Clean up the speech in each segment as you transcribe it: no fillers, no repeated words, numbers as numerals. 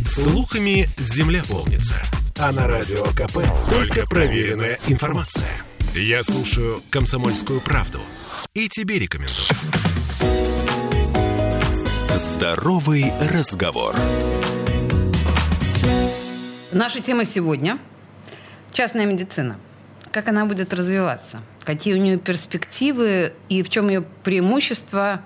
Слухами земля полнится. А на Радио КП только проверенная информация. Я слушаю «Комсомольскую правду» и тебе рекомендую. Здоровый разговор. Наша тема сегодня – частная медицина. Как она будет развиваться? Какие у нее перспективы и в чем ее преимущества?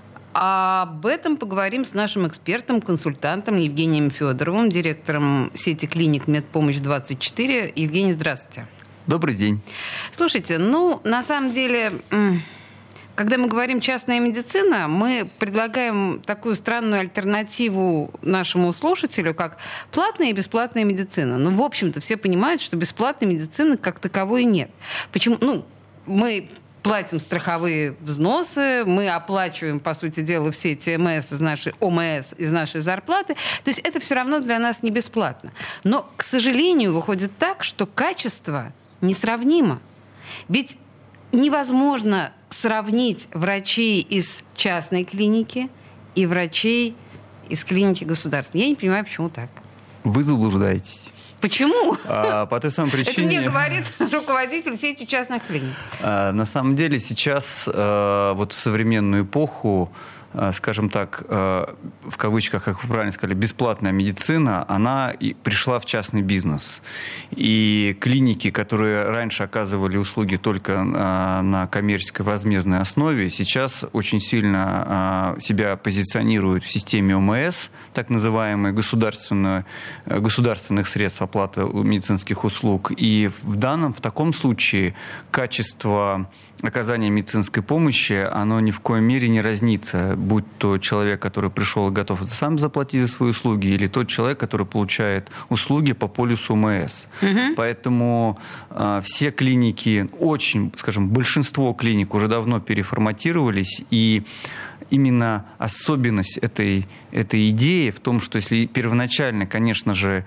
Об этом поговорим с нашим экспертом, консультантом Евгением Федоровым, директором сети клиник «Медпомощь-24». Евгений, здравствуйте. Добрый день. Слушайте, на самом деле, когда мы говорим «частная медицина», мы предлагаем такую странную альтернативу нашему слушателю, как платная и бесплатная медицина. В общем-то, все понимают, что бесплатной медицины как таковой нет. Почему? Мы платим страховые взносы, мы оплачиваем, по сути дела, все эти МС из нашей ОМС, из нашей зарплаты. То есть это все равно для нас не бесплатно. Но, к сожалению, выходит так, что качество несравнимо. Ведь невозможно сравнить врачей из частной клиники и врачей из клиники государственной. Я не понимаю, почему так. Вы заблуждаетесь. Почему? По той самой причине... Это мне говорит руководитель сети частных клиник. На самом деле сейчас, вот в современную эпоху, скажем так, в кавычках, как вы правильно сказали, бесплатная медицина, она и пришла в частный бизнес. И клиники, которые раньше оказывали услуги только на коммерческой возмездной основе, сейчас очень сильно себя позиционируют в системе ОМС, так называемые государственных средств оплаты медицинских услуг. И в таком случае качество оказания медицинской помощи, оно ни в коей мере не разнится, будь то человек, который пришел и готов сам заплатить за свои услуги, или тот человек, который получает услуги по полису ОМС. Угу. Поэтому все клиники, большинство клиник уже давно переформатировались, и именно особенность этой идеи в том, что если первоначально, конечно же,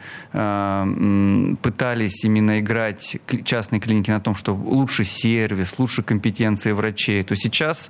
пытались именно играть частные клиники на том, что лучше сервис, лучше компетенции врачей, то сейчас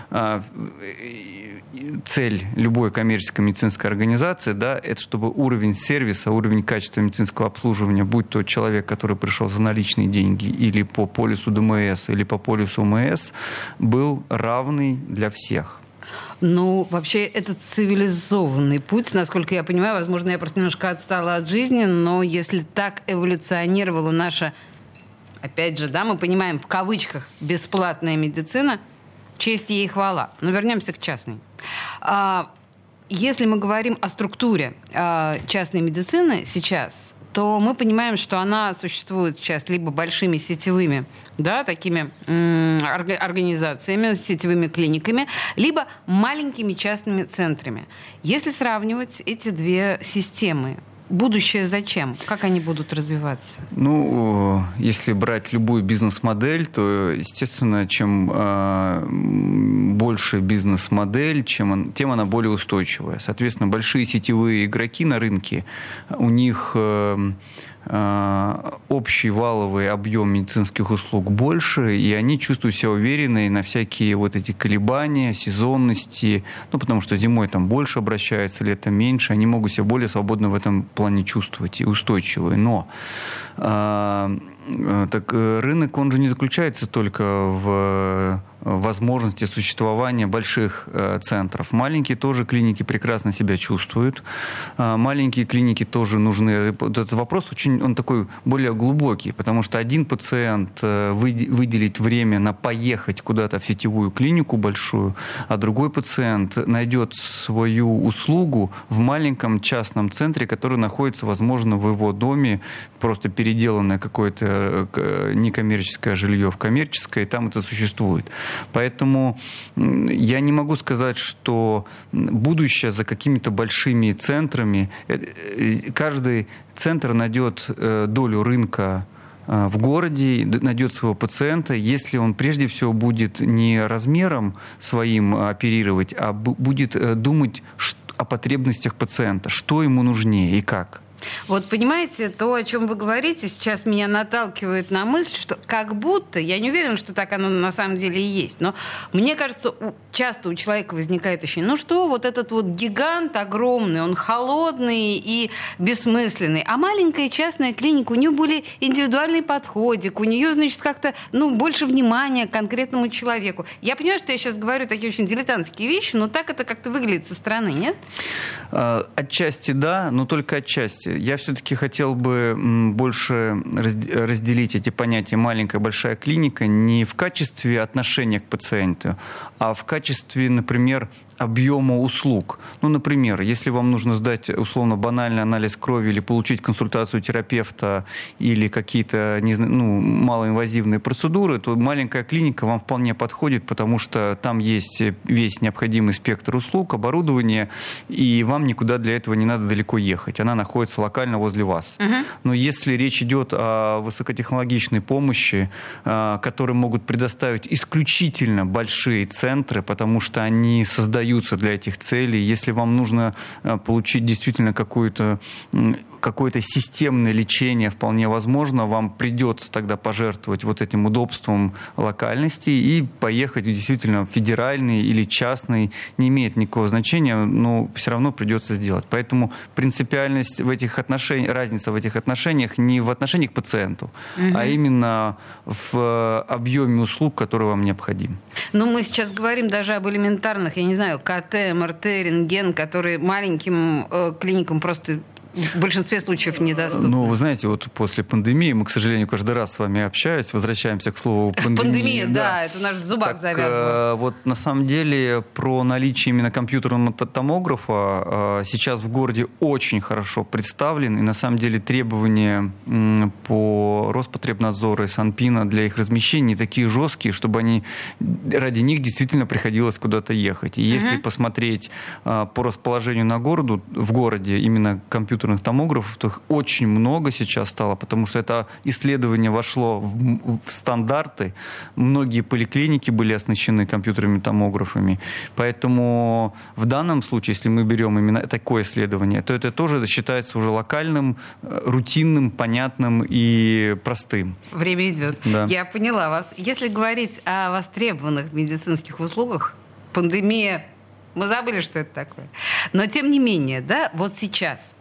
цель любой коммерческой медицинской организации, это чтобы уровень сервиса, уровень качества медицинского обслуживания, будь то человек, который пришел за наличные деньги или по полису ДМС, или по полису ОМС, был равный для всех. Вообще, это цивилизованный путь, насколько я понимаю. Возможно, я просто немножко отстала от жизни, но если так эволюционировала наша, опять же, мы понимаем, в кавычках, бесплатная медицина, честь ей и хвала. Но вернемся к частной. Если мы говорим о структуре частной медицины сейчас, то мы понимаем, что она существует сейчас либо большими сетевыми, такими организациями, сетевыми клиниками, либо маленькими частными центрами. Если сравнивать эти две системы, будущее зачем? Как они будут развиваться? Если брать любую бизнес-модель, то, естественно, чем больше бизнес-модель, тем она более устойчивая. Соответственно, большие сетевые игроки на рынке, у них общий валовый объем медицинских услуг больше, и они чувствуют себя уверенные на всякие эти колебания, сезонности, потому что зимой там больше обращаются, летом меньше, они могут себя более свободно в этом плане чувствовать и устойчивые. Но рынок, он же не заключается только в возможности существования больших центров. Маленькие тоже клиники прекрасно себя чувствуют. Маленькие клиники тоже нужны. Этот вопрос он такой более глубокий, потому что один пациент выделить время на поехать куда-то в сетевую клинику большую, а другой пациент найдет свою услугу в маленьком частном центре, который находится, возможно, в его доме, просто переделанное какое-то некоммерческое жилье в коммерческое, и там это существует. Поэтому я не могу сказать, что будущее за какими-то большими центрами. Каждый центр найдет долю рынка в городе, найдет своего пациента, если он прежде всего будет не размером своим оперировать, а будет думать о потребностях пациента, что ему нужнее и как. Вот понимаете, то, о чем вы говорите, сейчас меня наталкивает на мысль, что как будто, я не уверена, что так оно на самом деле и есть, но мне кажется, часто у человека возникает ощущение, ну что, вот этот вот гигант огромный, он холодный и бессмысленный, а маленькая частная клиника, у нее более индивидуальный подходик, у нее, значит, как-то, больше внимания к конкретному человеку. Я понимаю, что я сейчас говорю такие очень дилетантские вещи, но так это как-то выглядит со стороны, нет? Отчасти да, но только отчасти. Я все-таки хотел бы больше разделить эти понятия «маленькая», «большая клиника» не в качестве отношения к пациенту, а в качестве, например, объема услуг. Например, если вам нужно сдать условно банальный анализ крови или получить консультацию терапевта или какие-то малоинвазивные процедуры, то маленькая клиника вам вполне подходит, потому что там есть весь необходимый спектр услуг, оборудования, и вам никуда для этого не надо далеко ехать. Она находится локально возле вас. Но если речь идет о высокотехнологичной помощи, которые могут предоставить исключительно большие центры, потому что они создают для этих целей. Если вам нужно получить действительно какое-то системное лечение, вполне возможно, вам придется тогда пожертвовать вот этим удобством локальности и поехать действительно в федеральный или частный. Не имеет никакого значения, но все равно придется сделать. Поэтому принципиальность в этих отношениях, разница в этих отношениях не в отношении к пациенту, а именно в объеме услуг, которые вам необходимы. Мы сейчас говорим даже об элементарных, я не знаю, КТ, МРТ, рентген, которые маленьким клиникам просто в большинстве случаев недоступны. Вы знаете, вот после пандемии, мы, к сожалению, каждый раз с вами общаясь, возвращаемся к слову пандемия. Пандемия, да, это у нас в зубах завязано. Вот на самом деле про наличие именно компьютерного томографа сейчас в городе очень хорошо представлен, и на самом деле требования по Роспотребнадзору и Санпина для их размещения такие жесткие, чтобы ради них действительно приходилось куда-то ехать. И если посмотреть по расположению в городе именно компьютерных томографов, то их очень много сейчас стало, потому что это исследование вошло в стандарты. Многие поликлиники были оснащены компьютерными томографами. Поэтому в данном случае, если мы берем именно такое исследование, то это тоже считается уже локальным, рутинным, понятным и простым. Время идет. Да. Я поняла вас. Если говорить о востребованных медицинских услугах, пандемия, мы забыли, что это такое. Но тем не менее, вот сейчас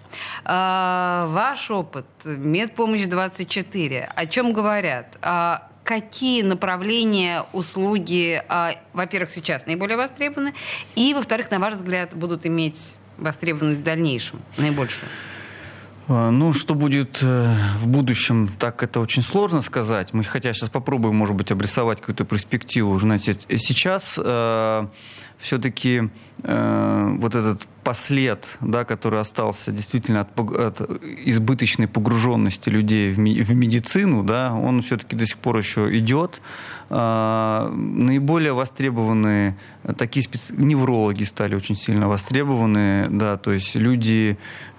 ваш опыт, Медпомощь-24, о чем говорят? Какие направления, услуги, во-первых, сейчас наиболее востребованы, и, во-вторых, на ваш взгляд, будут иметь востребованность в дальнейшем, наибольшую? Что будет в будущем, так это очень сложно сказать. Хотя сейчас попробуем, может быть, обрисовать какую-то перспективу. Знаете, сейчас все-таки вот этот послед, который остался действительно от избыточной погруженности людей в медицину, он все-таки до сих пор еще идет. Наиболее востребованные такие неврологи стали очень сильно востребованы, то есть люди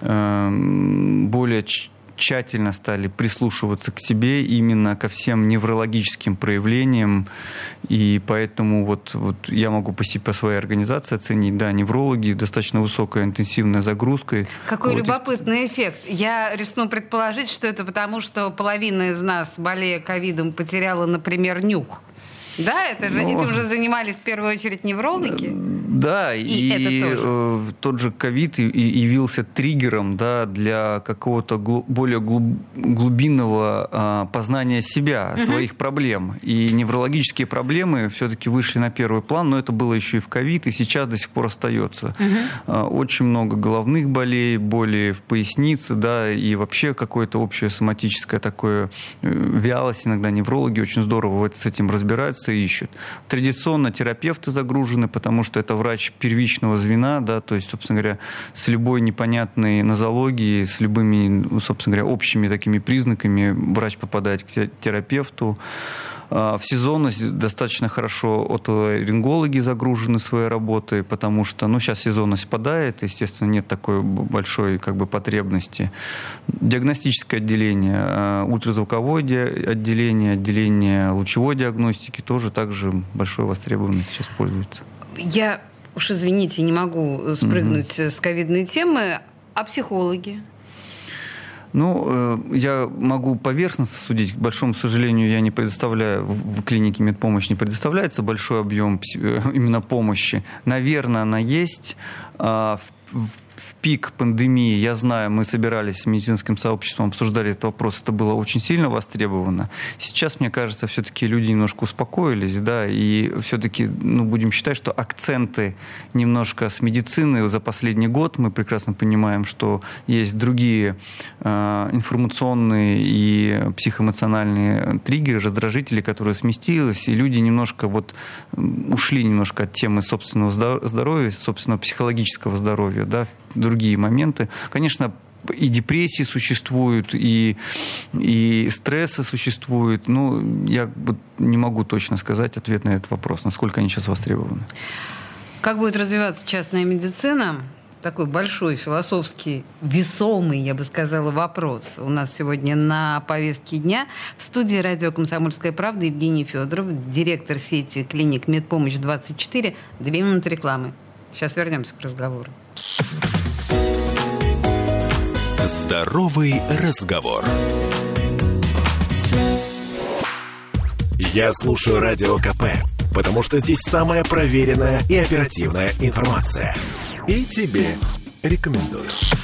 более тщательно стали прислушиваться к себе, именно ко всем неврологическим проявлениям. И поэтому вот я могу по своей организации оценить, неврологи, достаточно высокая интенсивная загрузка. Какой любопытный эффект. Я рискну предположить, что это потому, что половина из нас, болея ковидом, потеряла, например, нюх. Да, этим же занимались в первую очередь неврологи. Да, и тот же ковид явился триггером для какого-то более глубинного познания себя, своих проблем. И неврологические проблемы все-таки вышли на первый план, но это было еще и в ковид, и сейчас до сих пор остается. Очень много головных болей, боли в пояснице, и вообще какое-то общее соматическое такое вялость. Иногда неврологи очень здорово с этим разбираются и ищут. Традиционно терапевты загружены, потому что это врач первичного звена, то есть, собственно говоря, с любой непонятной нозологией, с любыми, собственно говоря, общими такими признаками врач попадает к терапевту. В сезонность достаточно хорошо отоларингологи загружены своей работой, потому что сейчас сезонность спадает, естественно, нет такой большой потребности. Диагностическое отделение, ультразвуковое отделение лучевой диагностики тоже также большой востребованностью сейчас пользуется. Я уж, извините, не могу спрыгнуть с ковидной темы. А психологи? Я могу поверхностно судить. К большому сожалению, я не предоставляю, в клинике медпомощь не предоставляется большой объем именно помощи. Наверное, она есть. В пик пандемии, я знаю, мы собирались с медицинским сообществом, обсуждали этот вопрос, это было очень сильно востребовано. Сейчас, мне кажется, все-таки люди немножко успокоились, да, и все-таки, будем считать, что акценты немножко с медицины за последний год, мы прекрасно понимаем, что есть другие информационные и психоэмоциональные триггеры, раздражители, которые сместились, и люди немножко ушли немножко от темы собственного здоровья, собственного психологического здоровья, да, другие моменты. Конечно, и депрессии существуют, и стрессы существуют. Я не могу точно сказать ответ на этот вопрос, насколько они сейчас востребованы. Как будет развиваться частная медицина? Такой большой, философский, весомый, я бы сказала, вопрос. У нас сегодня на повестке дня в студии радио «Комсомольская правда» Евгений Федоров, директор сети клиник «Медпомощь-24». 2 минуты рекламы. Сейчас вернемся к разговору. Здоровый разговор. Я слушаю Радио КП, потому что здесь самая проверенная и оперативная информация. И тебе рекомендую.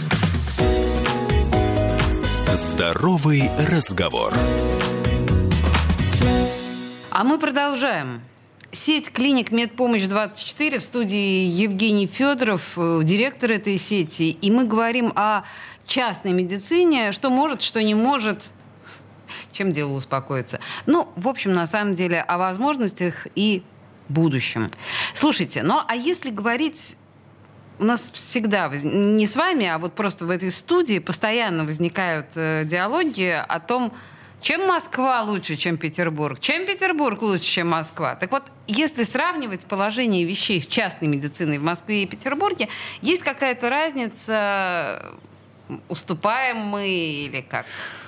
Здоровый разговор. А мы продолжаем. Сеть клиник «Медпомощь-24», в студии Евгений Федоров, директор этой сети. И мы говорим о частной медицине, что может, что не может, чем дело успокоится. В общем, на самом деле, о возможностях и будущем. Слушайте, а если говорить... У нас всегда, не с вами, а просто в этой студии постоянно возникают диалоги о том, чем Москва лучше, чем Петербург, чем Петербург лучше, чем Москва. Так вот, если сравнивать положение вещей с частной медициной в Москве и Петербурге, есть какая-то разница, уступаем мы или как?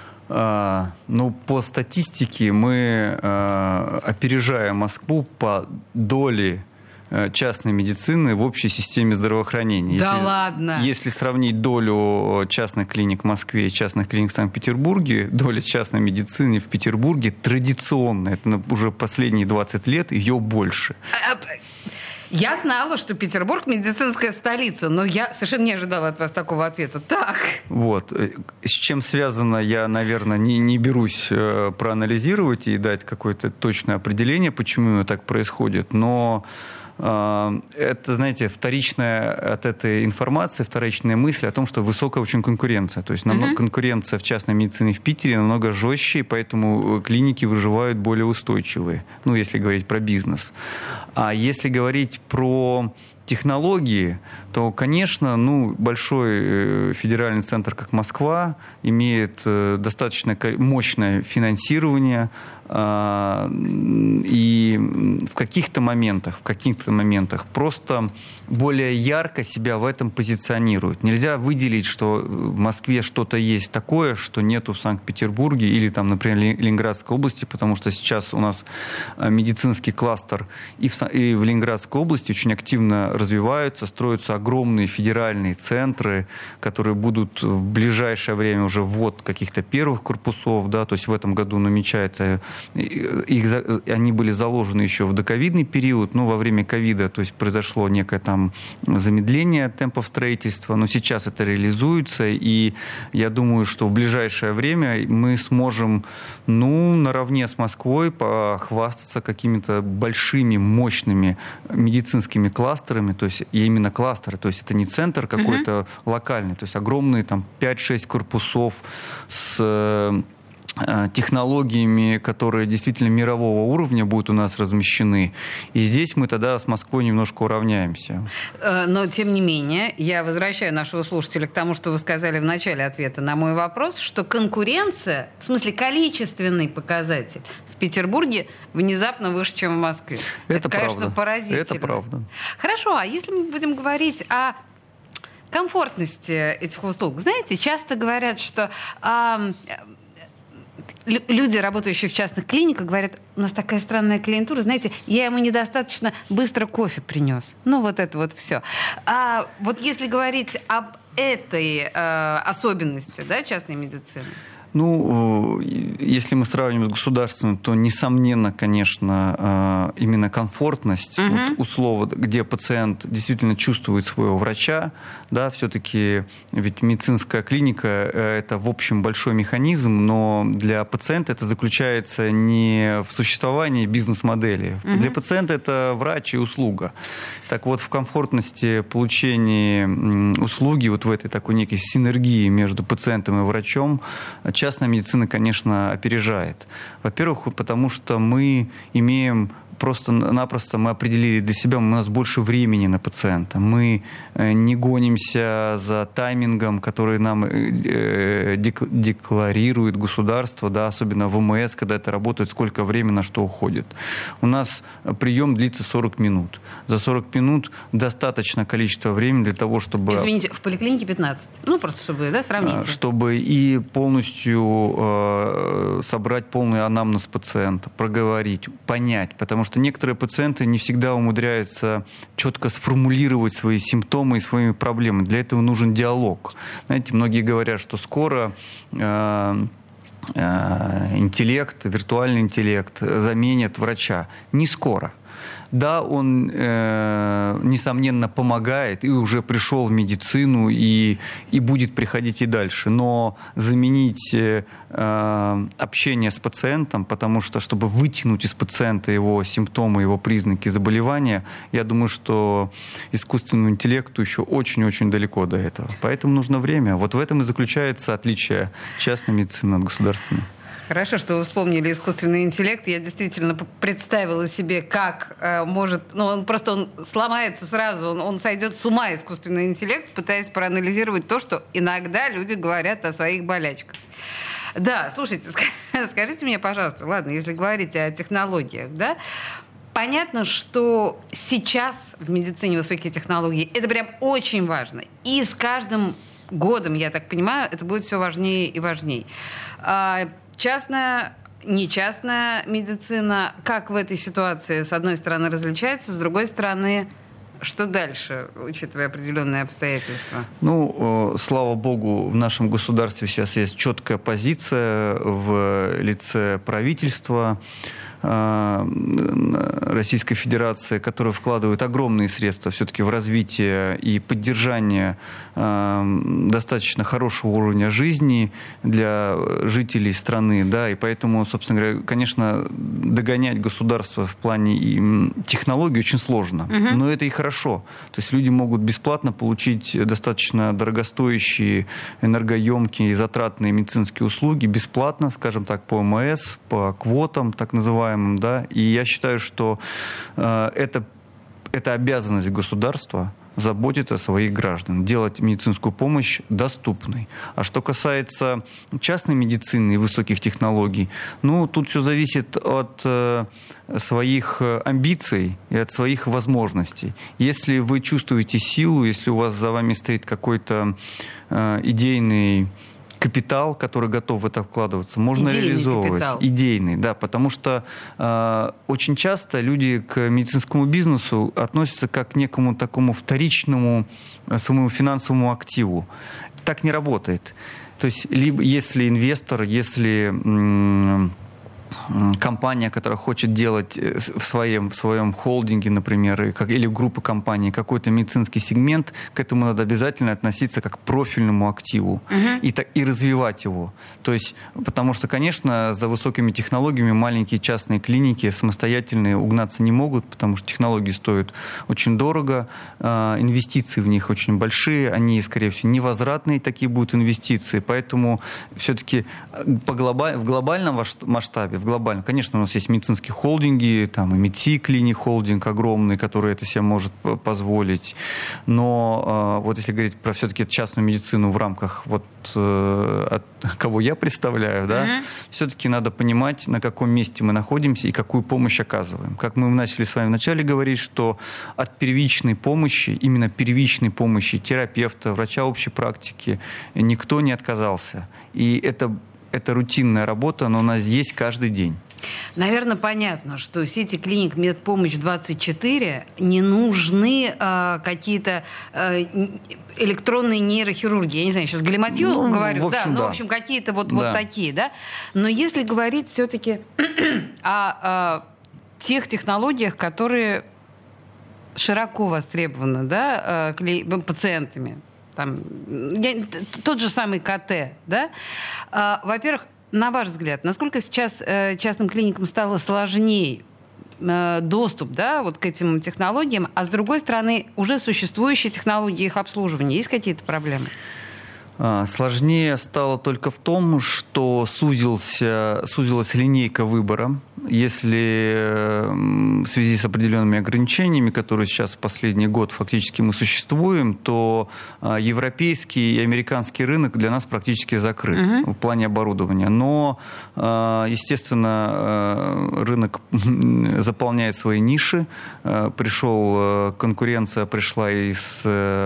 По статистике мы опережаем Москву по доле частной медицины в общей системе здравоохранения. Ладно? Если сравнить долю частных клиник в Москве и частных клиник в Санкт-Петербурге, доля частной медицины в Петербурге традиционная. Это уже последние 20 лет ее больше. Я знала, что Петербург – медицинская столица, но я совершенно не ожидала от вас такого ответа. Так. С чем связано, я, наверное, не берусь проанализировать и дать какое-то точное определение, почему так происходит, но это, знаете, вторичная от этой информации, вторичная мысль о том, что высокая очень конкуренция. То есть конкуренция в частной медицине в Питере намного жестче, и поэтому клиники выживают более устойчивые, если говорить про бизнес. А если говорить про технологии, то, конечно, большой федеральный центр, как Москва, имеет достаточно мощное финансирование, и в каких-то моментах просто более ярко себя в этом позиционирует. Нельзя выделить, что в Москве что-то есть такое, что нету в Санкт-Петербурге или, например, Ленинградской области, потому что сейчас у нас медицинский кластер и в Ленинградской области очень активно развиваются, строятся огромные федеральные центры, которые будут в ближайшее время уже ввод каких-то первых корпусов, да, то есть в этом году намечается. Они были заложены еще в доковидный период, но во время ковида, то есть произошло некое замедление темпов строительства, но сейчас это реализуется, и я думаю, что в ближайшее время мы сможем, наравне с Москвой похвастаться какими-то большими, мощными медицинскими кластерами, то есть именно кластеры, то есть это не центр какой-то локальный, то есть огромные 5-6 корпусов с технологиями, которые действительно мирового уровня будут у нас размещены. И здесь мы тогда с Москвой немножко уравняемся. Но, тем не менее, я возвращаю нашего слушателя к тому, что вы сказали в начале ответа на мой вопрос, что конкуренция, в смысле количественный показатель, в Петербурге внезапно выше, чем в Москве. Это конечно, поразительно. Это правда. Хорошо, а если мы будем говорить о комфортности этих услуг? Знаете, часто говорят, что люди, работающие в частных клиниках, говорят, у нас такая странная клиентура, знаете, я ему недостаточно быстро кофе принес. Это все. А вот если говорить об этой особенности, да, частной медицины? Ну, если мы сравниваем с государственным, то, несомненно, конечно, именно комфортность вот условий, где пациент действительно чувствует своего врача, да, все-таки ведь медицинская клиника – это, в общем, большой механизм, но для пациента это заключается не в существовании бизнес-модели. Для пациента это врач и услуга. Так вот, в комфортности получения услуги, вот в этой такой некой синергии между пациентом и врачом, частная медицина, конечно, опережает. Во-первых, потому что мы имеем просто-напросто, мы определили для себя, у нас больше времени на пациента. Мы не гонимся за таймингом, который нам декларирует государство, да, особенно в ОМС, когда это работает, сколько времени на что уходит. У нас прием длится 40 минут. За 40 минут достаточно количества времени для того, чтобы... Извините, в поликлинике 15. Ну, просто чтобы, да, сравнить. Чтобы и полностью собрать полный анамнез пациента, проговорить, понять. Потому что некоторые пациенты не всегда умудряются четко сформулировать свои симптомы и свои проблемы. Для этого нужен диалог. Знаете, многие говорят, что скоро интеллект, виртуальный интеллект заменит врача. Не скоро. Да, он, несомненно, помогает и уже пришел в медицину и будет приходить и дальше. Но заменить общение с пациентом, потому что, чтобы вытянуть из пациента его симптомы, его признаки заболевания, я думаю, что искусственному интеллекту еще очень-очень далеко до этого. Поэтому нужно время. Вот в этом и заключается отличие частной медицины от государственной. Хорошо, что вы вспомнили искусственный интеллект. Я действительно представила себе, как может... Ну, он сломается сразу, он сойдет с ума, искусственный интеллект, пытаясь проанализировать то, что иногда люди говорят о своих болячках. Да, слушайте, скажите мне, пожалуйста, ладно, если говорить о технологиях, да, понятно, что сейчас в медицине высокие технологии, это прям очень важно. И с каждым годом, я так понимаю, это будет все важнее и важнее. Частная, нечастная медицина, как в этой ситуации, с одной стороны, различается, с другой стороны, что дальше, учитывая определенные обстоятельства? Ну, слава богу, в нашем государстве сейчас есть четкая позиция в лице правительства Российской Федерации, которая вкладывает огромные средства все-таки в развитие и поддержание достаточно хорошего уровня жизни для жителей страны, да, и поэтому, собственно говоря, конечно, догонять государство в плане технологий очень сложно, но это и хорошо. То есть люди могут бесплатно получить достаточно дорогостоящие, энергоемкие и затратные медицинские услуги бесплатно, скажем так, по ОМС, по квотам так называемым, да, и я считаю, что это обязанность государства заботиться о своих граждан, делать медицинскую помощь доступной. А что касается частной медицины и высоких технологий, ну, тут все зависит от своих амбиций и от своих возможностей. Если вы чувствуете силу, если у вас за вами стоит какой-то идейный капитал, который готов в это вкладываться, можно реализовывать. Капитал. Идейный, да, потому что очень часто люди к медицинскому бизнесу относятся как к некому такому вторичному своему финансовому активу. Так не работает. То есть, либо если инвестор, если компания, которая хочет делать в своем холдинге, например, или группы компаний какой-то медицинский сегмент, к этому надо обязательно относиться как к профильному активу и развивать его. То есть, потому что, конечно, за высокими технологиями маленькие частные клиники самостоятельные угнаться не могут, потому что технологии стоят очень дорого, инвестиции в них очень большие, они, скорее всего, невозвратные такие будут инвестиции, поэтому все-таки в глобальном масштабе, конечно, у нас есть медицинские холдинги, там и МИДСИ клиник холдинг огромный, который это себе может позволить. Но вот если говорить про все-таки частную медицину в рамках кого я представляю, да, все-таки надо понимать, на каком месте мы находимся и какую помощь оказываем. Как мы начали с вами вначале говорить, что от первичной помощи, именно первичной помощи терапевта, врача общей практики никто не отказался. И это рутинная работа, но у нас есть каждый день. Наверное, понятно, что сети клиник «Медпомощь-24» не нужны какие-то электронные нейрохирурги. Я не знаю, сейчас галиматью говорю. В общем, какие-то вот такие, да. Но если говорить все-таки о тех технологиях, которые широко востребованы, да, пациентами, там, тот же самый КТ, да, во-первых, на ваш взгляд, насколько сейчас частным клиникам стало сложнее доступ, да, вот к этим технологиям, а с другой стороны, уже существующие технологии их обслуживания, есть какие-то проблемы? Сложнее стало только в том, что сузилась линейка выбора. Если в связи с определенными ограничениями, которые сейчас в последний год фактически мы существуем, то европейский и американский рынок для нас практически закрыт в плане оборудования. Но, естественно, рынок заполняет свои ниши. Конкуренция пришла из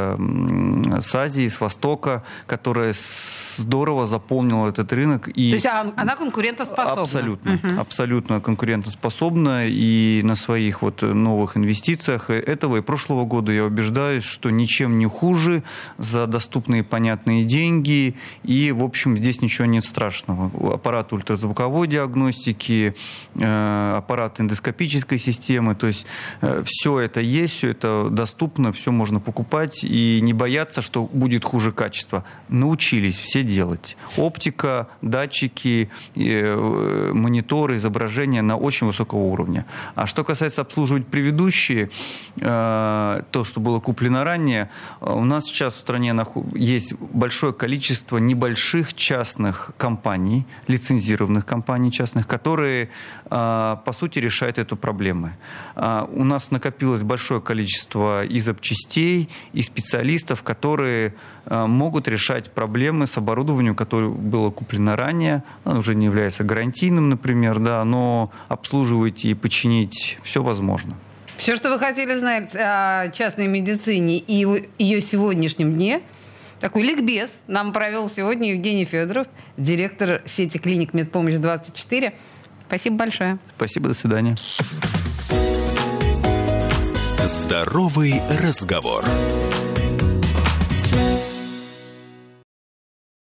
Азии, из Востока, которая здорово заполнила этот рынок. То есть она конкурентоспособна? Абсолютно. Абсолютно конкурентоспособна. И на своих новых инвестициях этого и прошлого года я убеждаюсь, что ничем не хуже, за доступные понятные деньги. И, в общем, здесь ничего нет страшного. Аппарат ультразвуковой диагностики, аппарат эндоскопической системы. То есть все это есть, все это доступно, все можно покупать. И не бояться, что будет хуже качество. Научились все делать. Оптика, датчики, мониторы, изображения на очень высокого уровня. А что касается обслуживать предыдущие, то, что было куплено ранее, у нас сейчас в стране есть большое количество небольших частных компаний, лицензированных компаний частных, которые, по сути, решают эту проблему. У нас накопилось большое количество и запчастей, и специалистов, которые могут решать проблемы с оборудованием, которое было куплено ранее. Оно уже не является гарантийным, например, да, но обслуживать и починить все возможно. Все, что вы хотели знать о частной медицине и ее сегодняшнем дне, такой ликбез нам провел сегодня Евгений Федоров, директор сети клиник «Медпомощь-24». Спасибо большое. Спасибо, до свидания. Здоровый разговор.